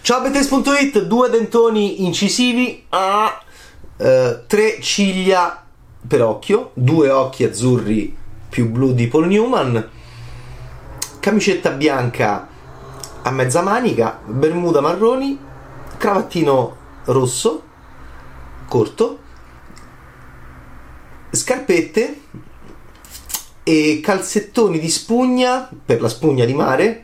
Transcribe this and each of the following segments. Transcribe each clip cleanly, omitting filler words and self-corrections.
Ciao Bettes.it, 2 dentoni incisivi a 3 ciglia per occhio, 2 occhi azzurri più blu di Paul Newman, camicetta bianca a mezza manica, bermuda marroni, cravattino rosso corto, scarpette e calzettoni di spugna per la spugna di mare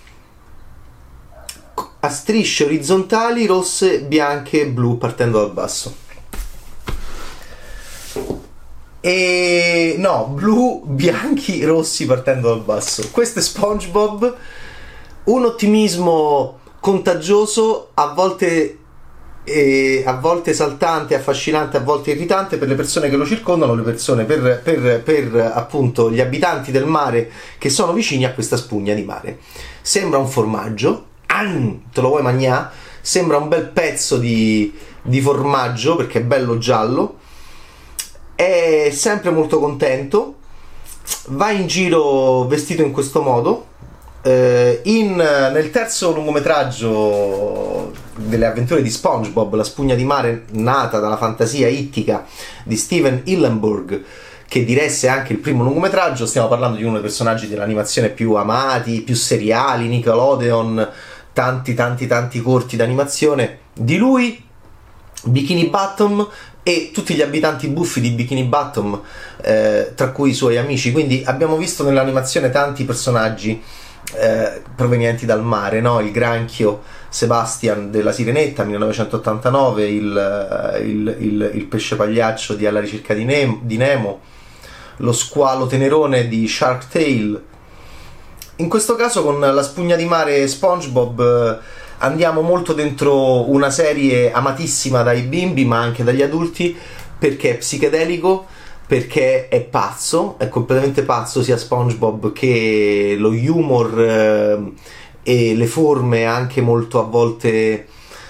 a strisce orizzontali rosse, bianche e blu partendo dal basso. E no, blu, bianchi, rossi partendo dal basso. Questo è SpongeBob, un ottimismo contagioso, a volte esaltante, affascinante, a volte irritante per le persone che lo circondano, le persone per appunto gli abitanti del mare che sono vicini a questa spugna di mare. Sembra un formaggio, te lo vuoi mangiare? Sembra un bel pezzo di formaggio perché è bello giallo, è sempre molto contento, va in giro vestito in questo modo. Nel terzo lungometraggio delle avventure di SpongeBob, la spugna di mare nata dalla fantasia ittica di Steven Hillenburg, che diresse anche il primo lungometraggio, stiamo parlando di uno dei personaggi dell'animazione più amati, più seriali, Nickelodeon, tanti corti d'animazione. Di lui Bikini Bottom e tutti gli abitanti buffi di Bikini Bottom, tra cui i suoi amici. Quindi abbiamo visto nell'animazione tanti personaggi provenienti dal mare, no? Il granchio Sebastian della Sirenetta 1989, il pesce pagliaccio di Alla ricerca di Nemo, lo squalo tenerone di Shark Tale. In questo caso con la spugna di mare SpongeBob andiamo molto dentro una serie amatissima dai bimbi ma anche dagli adulti, perché è psichedelico, perché è pazzo, è completamente pazzo sia SpongeBob che lo humor e le forme anche molto a volte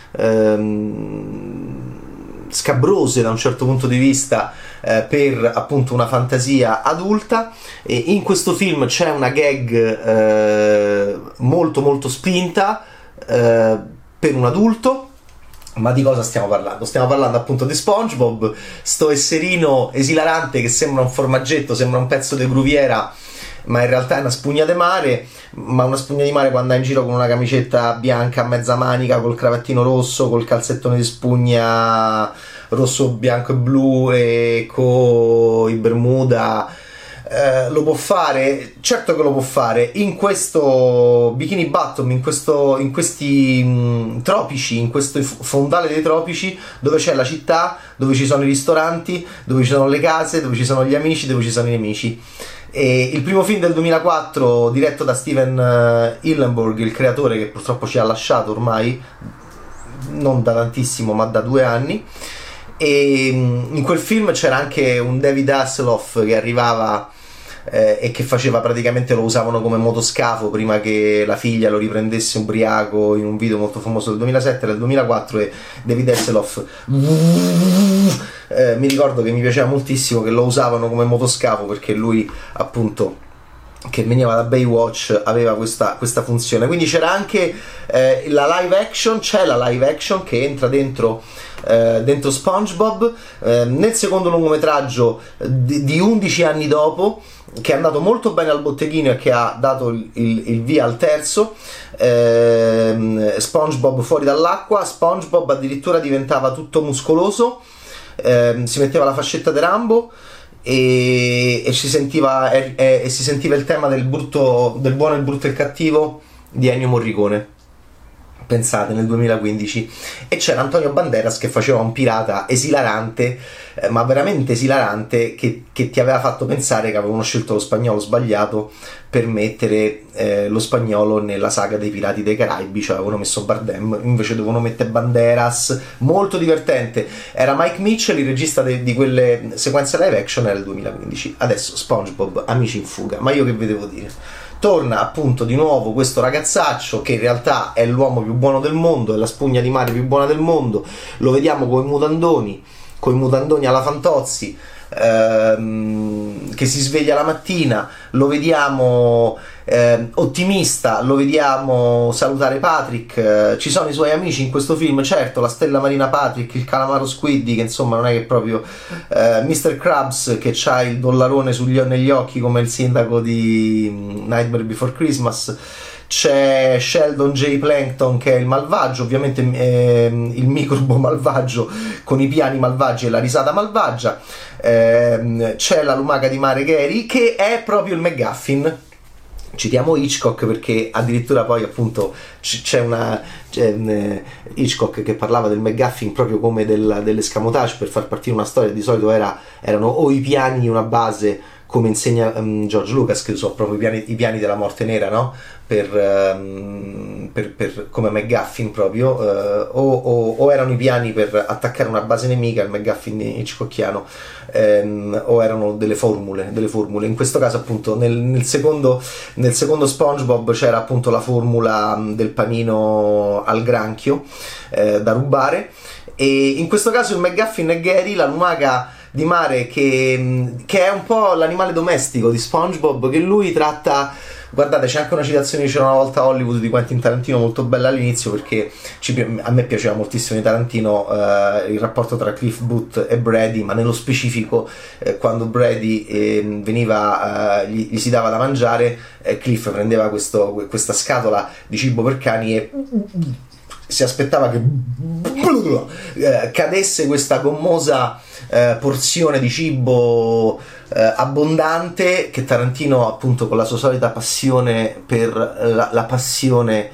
scabrose da un certo punto di vista, per appunto una fantasia adulta. E in questo film c'è una gag molto spinta per un adulto. Ma di cosa stiamo parlando? Stiamo parlando appunto di SpongeBob, sto esserino esilarante che sembra un formaggetto, sembra un pezzo di gruviera, ma in realtà è una spugna di mare. Ma una spugna di mare quando è in giro con una camicetta bianca a mezza manica, col cravattino rosso, col calzettone di spugna rosso, bianco e blu e con i bermuda, lo può fare, certo che lo può fare. In questo Bikini Bottom, in questi tropici, in questo fondale dei tropici, dove c'è la città, dove ci sono i ristoranti, dove ci sono le case, dove ci sono gli amici, dove ci sono i nemici. E il primo film del 2004 diretto da Steven Hillenburg, il creatore che purtroppo ci ha lasciato ormai, non da tantissimo ma da 2 anni. E in quel film c'era anche un David Hasselhoff che arrivava e che faceva, praticamente lo usavano come motoscafo prima che la figlia lo riprendesse ubriaco in un video molto famoso del 2007. Del 2004 e David Hasselhoff mi ricordo che mi piaceva moltissimo che lo usavano come motoscafo, perché lui appunto, che veniva da Baywatch, aveva questa funzione. Quindi c'era anche la live action, c'è la live action che entra dentro SpongeBob nel secondo lungometraggio di 11 anni dopo, che è andato molto bene al botteghino e che ha dato il via al terzo. SpongeBob fuori dall'acqua. SpongeBob addirittura diventava tutto muscoloso, si metteva la fascetta di Rambo e si sentiva il tema del buono, il brutto e il cattivo di Ennio Morricone, pensate, nel 2015. E c'era Antonio Banderas che faceva un pirata esilarante, ma veramente esilarante, che ti aveva fatto pensare che avevano scelto lo spagnolo sbagliato per mettere lo spagnolo nella saga dei Pirati dei Caraibi, cioè avevano messo Bardem, invece dovevano mettere Banderas. Molto divertente. Era Mike Mitchell il regista di quelle sequenze live action, era il 2015. Adesso SpongeBob, amici in fuga, ma io che vi devo dire? Torna appunto di nuovo questo ragazzaccio che in realtà è l'uomo più buono del mondo, è la spugna di mare più buona del mondo. Lo vediamo con i mutandoni alla Fantozzi, che si sveglia la mattina, lo vediamo ottimista, lo vediamo salutare Patrick, ci sono i suoi amici in questo film, certo, la stella marina Patrick, il calamaro Squiddy, che insomma non è che proprio Mr. Krabs, che ha il dollarone negli occhi come il sindaco di Nightmare Before Christmas. C'è Sheldon J. Plankton, che è il malvagio, ovviamente il microbo malvagio con i piani malvagi e la risata malvagia. C'è la lumaca di mare Gary, che è proprio il McGuffin. Citiamo Hitchcock perché addirittura poi appunto c'è Hitchcock che parlava del McGuffin proprio come dell'escamotage per far partire una storia. Di solito erano o i piani di una base, come insegna George Lucas, che sono proprio i piani della morte nera, no? Come McGuffin proprio, o erano i piani per attaccare una base nemica, il McGuffin hitchcockiano, o erano delle formule. In questo caso appunto nel secondo SpongeBob c'era appunto la formula del panino al granchio da rubare, e in questo caso il McGuffin è Gary, la lumaca di mare, che è un po' l'animale domestico di SpongeBob, che lui tratta. Guardate, c'è anche una citazione di C'era una volta a Hollywood di Quentin Tarantino molto bella all'inizio, perché a me piaceva moltissimo di Tarantino il rapporto tra Cliff Booth e Brady, ma nello specifico quando Brady gli si dava da mangiare, Cliff prendeva questa scatola di cibo per cani e si aspettava che cadesse questa gommosa porzione di cibo abbondante, che Tarantino appunto con la sua solita passione per la passione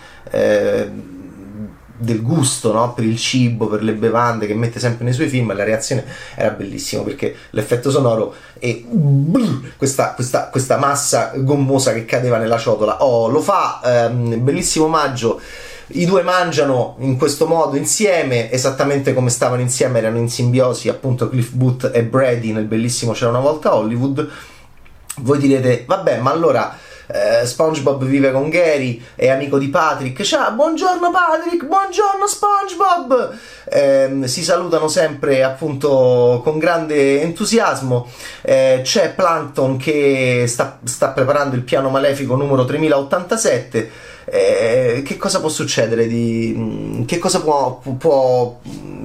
del gusto, no? Per il cibo, per le bevande, che mette sempre nei suoi film. La reazione era bellissima perché l'effetto sonoro e questa massa gommosa che cadeva nella ciotola, lo fa, bellissimo omaggio. I due mangiano in questo modo insieme, esattamente come stavano insieme, erano in simbiosi appunto Cliff Booth e Brady nel bellissimo C'era una volta a Hollywood. Voi direte, vabbè, ma allora SpongeBob vive con Gary, è amico di Patrick, ciao, buongiorno Patrick, buongiorno SpongeBob, si salutano sempre appunto con grande entusiasmo. C'è Plankton che sta preparando il piano malefico numero 3087. Che cosa può succedere? Che cosa può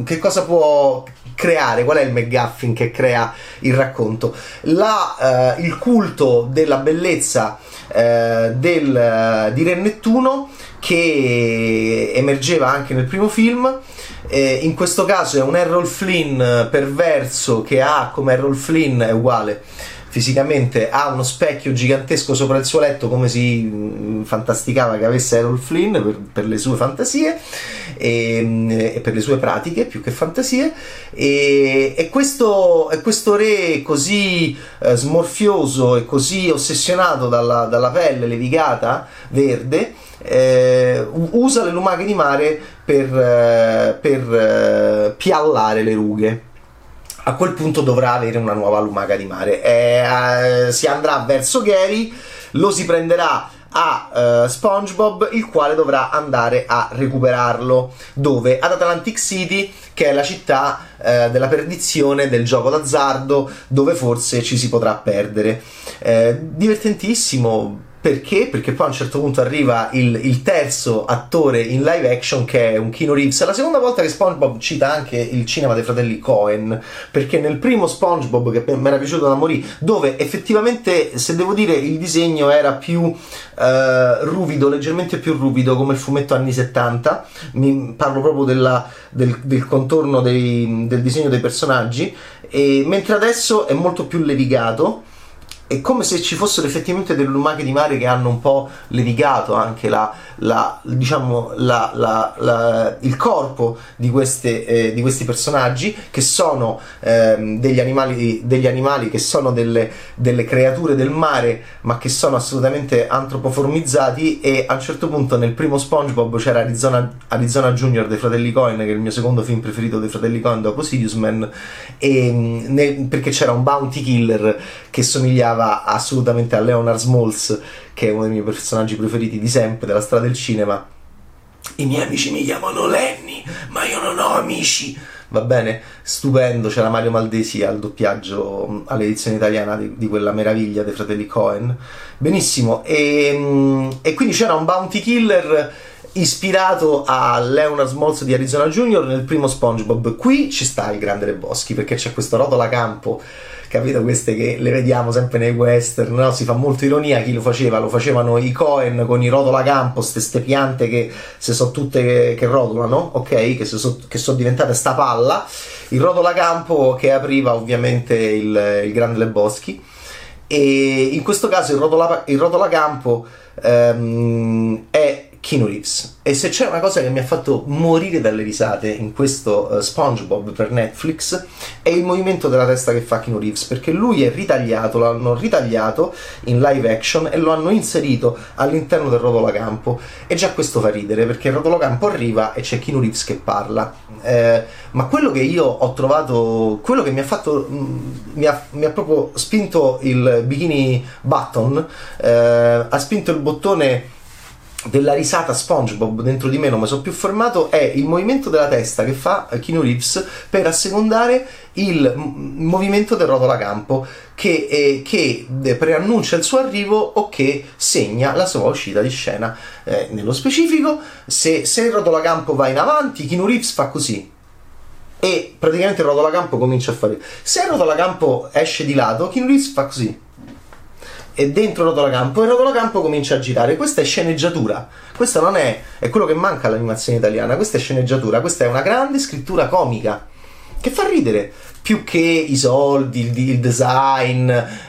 creare? Qual è il McGuffin che crea il racconto? Il culto della bellezza di Re Nettuno, che emergeva anche nel primo film. In questo caso è un Errol Flynn perverso che ha, come Errol Flynn è uguale fisicamente, ha uno specchio gigantesco sopra il suo letto, come si fantasticava che avesse Errol Flynn per le sue fantasie e per le sue pratiche più che fantasie, e questo re così smorfioso e così ossessionato dalla pelle levigata verde usa le lumache di mare per piallare le rughe. A quel punto dovrà avere una nuova lumaca di mare, si andrà verso Gary, lo si prenderà a SpongeBob, il quale dovrà andare a recuperarlo. Dove? Ad Atlantic City, che è la città della perdizione del gioco d'azzardo, dove forse ci si potrà perdere. Divertentissimo. Perché? Perché poi a un certo punto arriva il terzo attore in live action, che è un Keanu Reeves. È la seconda volta che SpongeBob cita anche il cinema dei fratelli Coen, perché nel primo SpongeBob, che mi era piaciuto da morire, dove effettivamente, se devo dire, il disegno era più ruvido, leggermente più ruvido, come il fumetto anni 70, parlo proprio del contorno del disegno dei personaggi, mentre adesso è molto più levigato. È come se ci fossero effettivamente delle lumache di mare che hanno un po' levigato anche il corpo di questi personaggi, che sono degli animali che sono delle creature del mare, ma che sono assolutamente antropoformizzati. E a un certo punto nel primo SpongeBob c'era Arizona Junior dei fratelli Coen, che è il mio secondo film preferito dei fratelli Coen dopo Serious Man, perché c'era un bounty killer che somigliava assolutamente a Leonard Smalls, che è uno dei miei personaggi preferiti di sempre della storia del cinema. I miei amici mi chiamano Lenny, ma io non ho amici. va bene? Stupendo, c'era Mario Maldesi al doppiaggio all'edizione italiana di quella meraviglia dei fratelli Coen, benissimo, e quindi c'era un bounty killer ispirato a Leonard Smalls di Arizona Junior nel primo SpongeBob. Qui ci sta il Grande Lebowski, perché c'è questo Rotolacampo, capito? Queste che le vediamo sempre nei western, no? Si fa molto ironia. Chi lo faceva? Lo facevano i Coen con i Rotolacampo, ste piante che se so tutte che rotolano, ok? Che sono diventate sta palla. Il Rotolacampo che apriva ovviamente il Grande Lebowski, e in questo caso il Rotolacampo è Keanu Reeves. E se c'è una cosa che mi ha fatto morire dalle risate in questo SpongeBob per Netflix è il movimento della testa che fa Keanu Reeves, perché lui è ritagliato, l'hanno ritagliato in live action e lo hanno inserito all'interno del Rotolacampo, e già questo fa ridere, perché il Rotolacampo arriva e c'è Keanu Reeves che parla, ma quello che io ho trovato, quello che mi ha fatto, mi ha proprio spinto il bikini button, ha spinto il bottone della risata SpongeBob dentro di me, non mi sono più fermato, è il movimento della testa che fa Keanu Reeves per assecondare il movimento del Rotolacampo che preannuncia il suo arrivo o che segna la sua uscita di scena. Nello specifico, se il Rotolacampo va in avanti, Keanu Reeves fa così e praticamente il Rotolacampo comincia a fare. Se il Rotolacampo esce di lato, Keanu Reeves fa così e dentro il Rotolacampo, e il Rotolacampo comincia a girare. Questa è sceneggiatura, questa non è quello che manca all'animazione italiana, questa è sceneggiatura, questa è una grande scrittura comica che fa ridere più che i soldi, il design,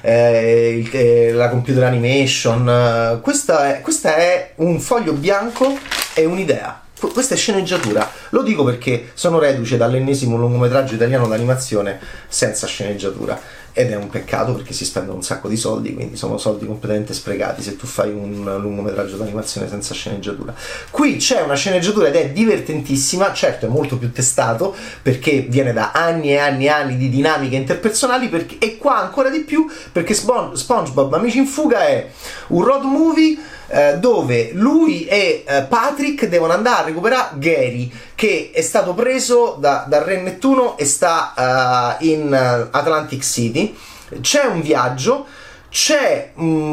la computer animation. Questa è un foglio bianco e un'idea. Questa è sceneggiatura. Lo dico perché sono reduce dall'ennesimo lungometraggio italiano d'animazione senza sceneggiatura, ed è un peccato perché si spendono un sacco di soldi, quindi sono soldi completamente sprecati se tu fai un lungometraggio d'animazione senza sceneggiatura. Qui c'è una sceneggiatura ed è divertentissima, certo è molto più testato perché viene da anni e anni e anni di dinamiche interpersonali, e qua ancora di più perché SpongeBob Amici in Fuga è un road movie dove lui e Patrick devono andare a recuperare Gary, che è stato preso dal Re Nettuno e sta in Atlantic City. C'è un viaggio, c'è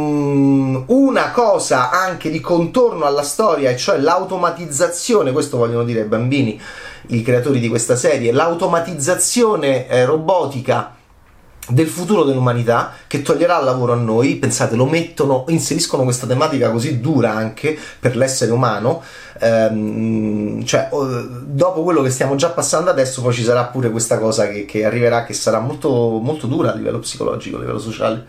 una cosa anche di contorno alla storia, e cioè l'automatizzazione, questo vogliono dire ai bambini i creatori di questa serie, l'automatizzazione robotica del futuro dell'umanità che toglierà il lavoro a noi. Pensate, inseriscono questa tematica così dura anche per l'essere umano, cioè dopo quello che stiamo già passando adesso, poi ci sarà pure questa cosa che arriverà, che sarà molto, molto dura a livello psicologico, a livello sociale.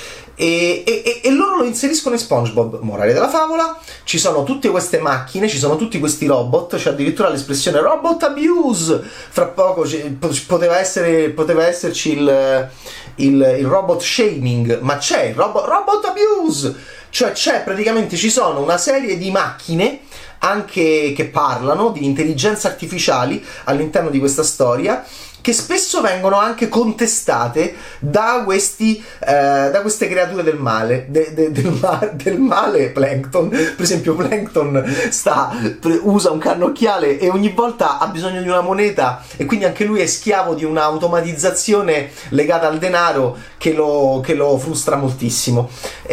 E loro lo inseriscono in SpongeBob. Morale della favola: ci sono tutte queste macchine, ci sono tutti questi robot, c'è addirittura l'espressione robot abuse. Fra poco poteva esserci il robot shaming, ma c'è il robot abuse, cioè ci sono una serie di macchine anche che parlano, di intelligenze artificiali all'interno di questa storia, che spesso vengono anche contestate da queste creature del male, del male. Plankton, per esempio, Plankton usa un cannocchiale e ogni volta ha bisogno di una moneta, e quindi anche lui è schiavo di un'automatizzazione legata al denaro che lo frustra moltissimo.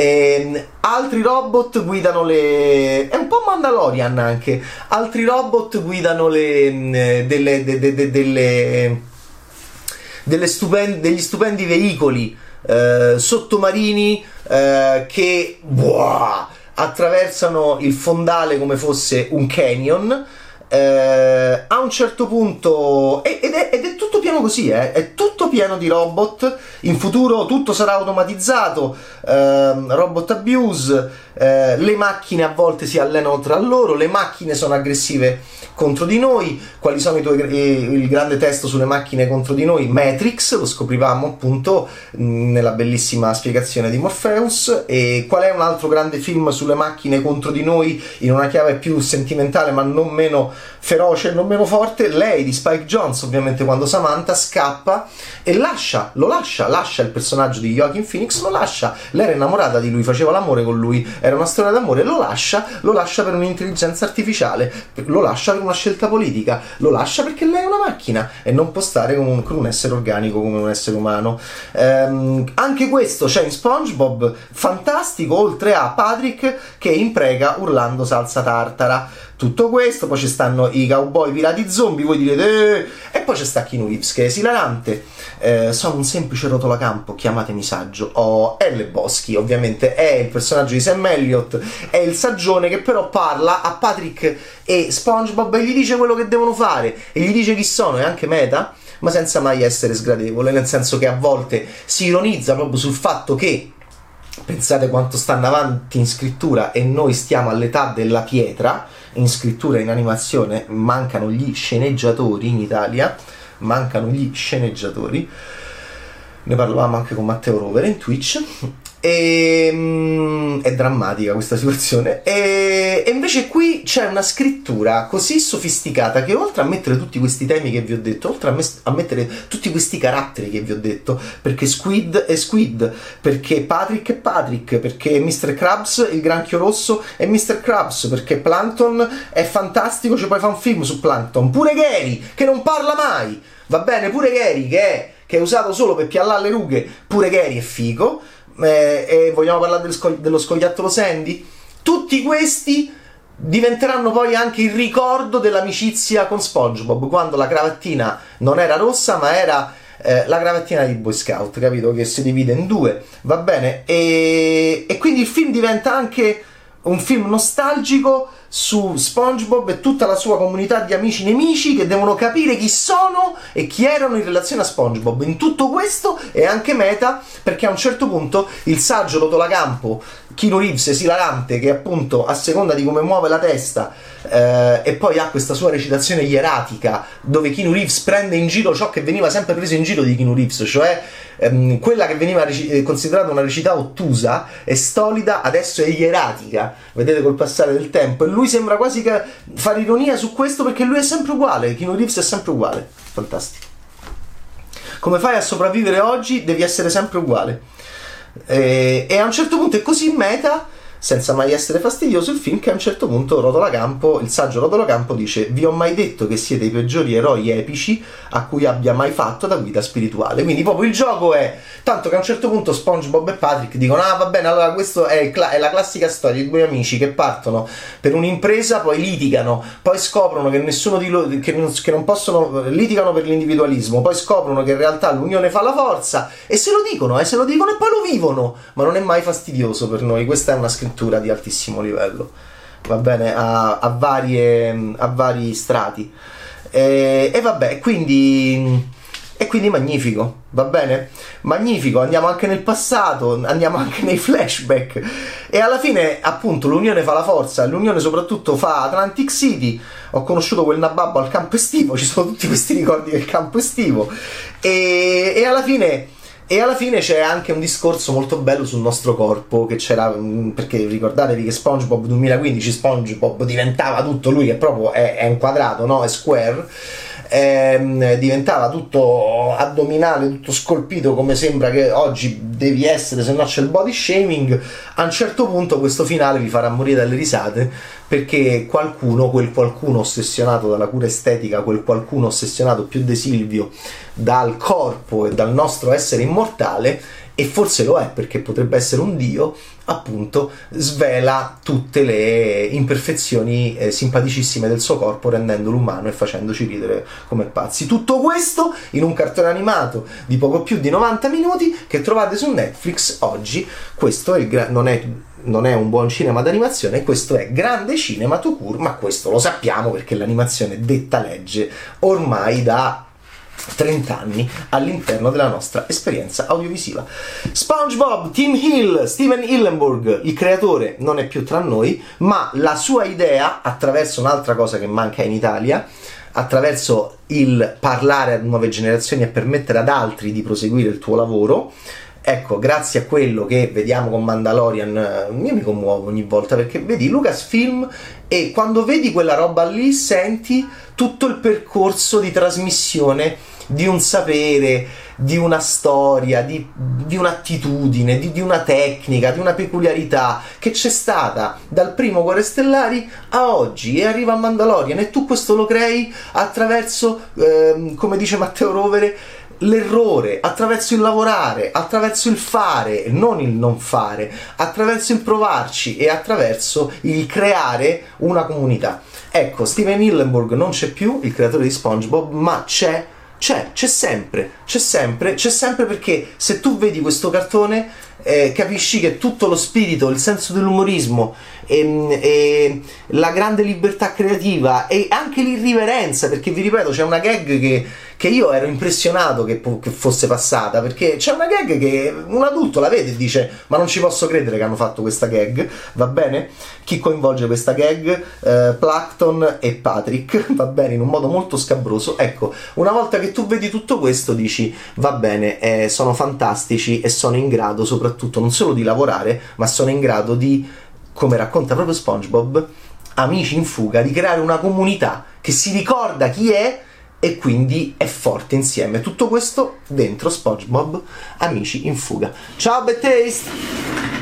Altri robot guidano è un po' Mandalorian anche, altri robot guidano degli stupendi veicoli sottomarini che attraversano il fondale come fosse un canyon. A un certo punto ed è tutto pieno così, è tutto pieno di robot. In futuro tutto sarà automatizzato, robot abuse, le macchine a volte si allenano tra loro, le macchine sono aggressive contro di noi. Quali sono il grande testo sulle macchine contro di noi? Matrix, lo scoprivamo appunto nella bellissima spiegazione di Morpheus. E qual è un altro grande film sulle macchine contro di noi in una chiave più sentimentale ma non meno feroce e non meno forte, lei di Spike Jonze, ovviamente, quando Samantha scappa e lascia il personaggio di Joaquin Phoenix, lo lascia. Lei era innamorata di lui, faceva l'amore con lui, era una storia d'amore, lo lascia per un'intelligenza artificiale, lo lascia per una scelta politica, lo lascia perché lei è una macchina e non può stare con un essere organico come un essere umano. Anche questo c'è in SpongeBob, fantastico, oltre a Patrick che imprega urlando salsa tartara. Tutto questo, poi ci stanno i cowboy pirati zombie, voi direte e poi c'è sta Keanu Reeves che è esilarante. Sono un semplice rotolacampo, chiamatemi saggio. L. Boschi, ovviamente, è il personaggio di Sam Elliott, è il saggione che però parla a Patrick e SpongeBob e gli dice quello che devono fare e gli dice chi sono, è anche meta, ma senza mai essere sgradevole, nel senso che a volte si ironizza proprio sul fatto che pensate quanto stanno avanti in scrittura e noi stiamo all'età della pietra in scrittura e in animazione, mancano gli sceneggiatori in Italia, mancano gli sceneggiatori, ne parlavamo anche con Matteo Rovere in Twitch, e è drammatica questa situazione, e invece qui c'è una scrittura così sofisticata che oltre a mettere tutti questi temi che vi ho detto, oltre a mettere tutti questi caratteri che vi ho detto, perché Squid è Squid, perché Patrick è Patrick, perché Mr. Krabs, il granchio rosso, è Mr. Krabs, perché Plankton è fantastico, ci puoi fare un film su Plankton, pure Gary che non parla mai, va bene, pure Gary che è usato solo per piallare le rughe, pure Gary è figo. E vogliamo parlare dello scoiattolo Sandy? Tutti questi diventeranno poi anche il ricordo dell'amicizia con SpongeBob, quando la cravattina non era rossa ma era la cravattina di Boy Scout, capito? Che si divide in due, va bene? E quindi il film diventa anche un film nostalgico su SpongeBob e tutta la sua comunità di amici nemici che devono capire chi sono e chi erano in relazione a SpongeBob. In tutto questo è anche meta, perché a un certo punto il saggio rotolacampo Keanu Reeves esilarante, che appunto a seconda di come muove la testa e poi ha questa sua recitazione ieratica dove Keanu Reeves prende in giro ciò che veniva sempre preso in giro di Keanu Reeves, cioè quella che veniva considerata una recita ottusa e stolida adesso è ieratica, vedete, col passare del tempo, e lui sembra quasi che fare ironia su questo perché lui è sempre uguale, Keanu Reeves è sempre uguale, fantastico. Come fai a sopravvivere oggi? Devi essere sempre uguale. E a un certo punto è così meta, senza mai essere fastidioso il film, che a un certo punto il saggio Rotolacampo dice: vi ho mai detto che siete i peggiori eroi epici a cui abbia mai fatto da guida spirituale. Quindi proprio il gioco è tanto che a un certo punto SpongeBob e Patrick dicono: ah, va bene, allora questo è la classica storia di due amici che partono per un'impresa, poi litigano, poi scoprono che nessuno di loro che non possono, litigano per l'individualismo, poi scoprono che in realtà l'unione fa la forza e se lo dicono e poi lo vivono, ma non è mai fastidioso per noi. Questa è una scrittura di altissimo livello, va bene, a vari strati, e vabbè, quindi magnifico, va bene, magnifico. Andiamo anche nel passato, andiamo anche nei flashback e alla fine appunto l'unione fa la forza, l'unione soprattutto fa Atlantic City. Ho conosciuto quel nababbo al campo estivo, ci sono tutti questi ricordi del campo estivo e alla fine c'è anche un discorso molto bello sul nostro corpo, che c'era, perché ricordatevi che SpongeBob 2015, SpongeBob diventava tutto, lui che proprio è inquadrato, no? È square, diventava tutto addominale, tutto scolpito come sembra che oggi devi essere, se no c'è il body shaming. A un certo punto questo finale vi farà morire dalle risate, perché quel qualcuno ossessionato dalla cura estetica, quel qualcuno ossessionato più di Silvio dal corpo e dal nostro essere immortale, e forse lo è perché potrebbe essere un dio, appunto svela tutte le imperfezioni simpaticissime del suo corpo, rendendolo umano e facendoci ridere come pazzi. Tutto questo in un cartone animato di poco più di 90 minuti che trovate su Netflix oggi. Questo è non è un buon cinema d'animazione, questo è grande cinema tout court, ma questo lo sappiamo perché l'animazione è detta legge ormai da 30 anni all'interno della nostra esperienza audiovisiva. SpongeBob, Tim Hill, Steven Hillenburg, il creatore, non è più tra noi, ma la sua idea, attraverso un'altra cosa che manca in Italia, attraverso il parlare a nuove generazioni e permettere ad altri di proseguire il tuo lavoro, ecco, grazie a quello che vediamo con Mandalorian, io mi commuovo ogni volta perché vedi Lucasfilm e quando vedi quella roba lì senti tutto il percorso di trasmissione di un sapere, di una storia, di un'attitudine, di una tecnica, di una peculiarità che c'è stata dal primo Guerre Stellari a oggi e arriva a Mandalorian e tu questo lo crei attraverso, come dice Matteo Rovere, l'errore, attraverso il lavorare, attraverso il fare, non il non fare, attraverso il provarci e attraverso il creare una comunità. Ecco, Steven Hillenburg non c'è più, il creatore di SpongeBob, ma c'è sempre perché se tu vedi questo cartone capisci che tutto lo spirito, il senso dell'umorismo e la grande libertà creativa e anche l'irriverenza, perché vi ripeto c'è una gag che io ero impressionato che fosse passata, perché c'è una gag che un adulto la vede e dice ma non ci posso credere che hanno fatto questa gag, va bene? Chi coinvolge questa gag? Plankton e Patrick, va bene, in un modo molto scabroso. Ecco, una volta che tu vedi tutto questo dici va bene, sono fantastici e sono in grado soprattutto non solo di lavorare, ma sono in grado di, come racconta proprio SpongeBob, amici in fuga, di creare una comunità che si ricorda chi è e quindi è forte insieme. Tutto questo dentro SpongeBob Amici in fuga. Ciao Bad Taste!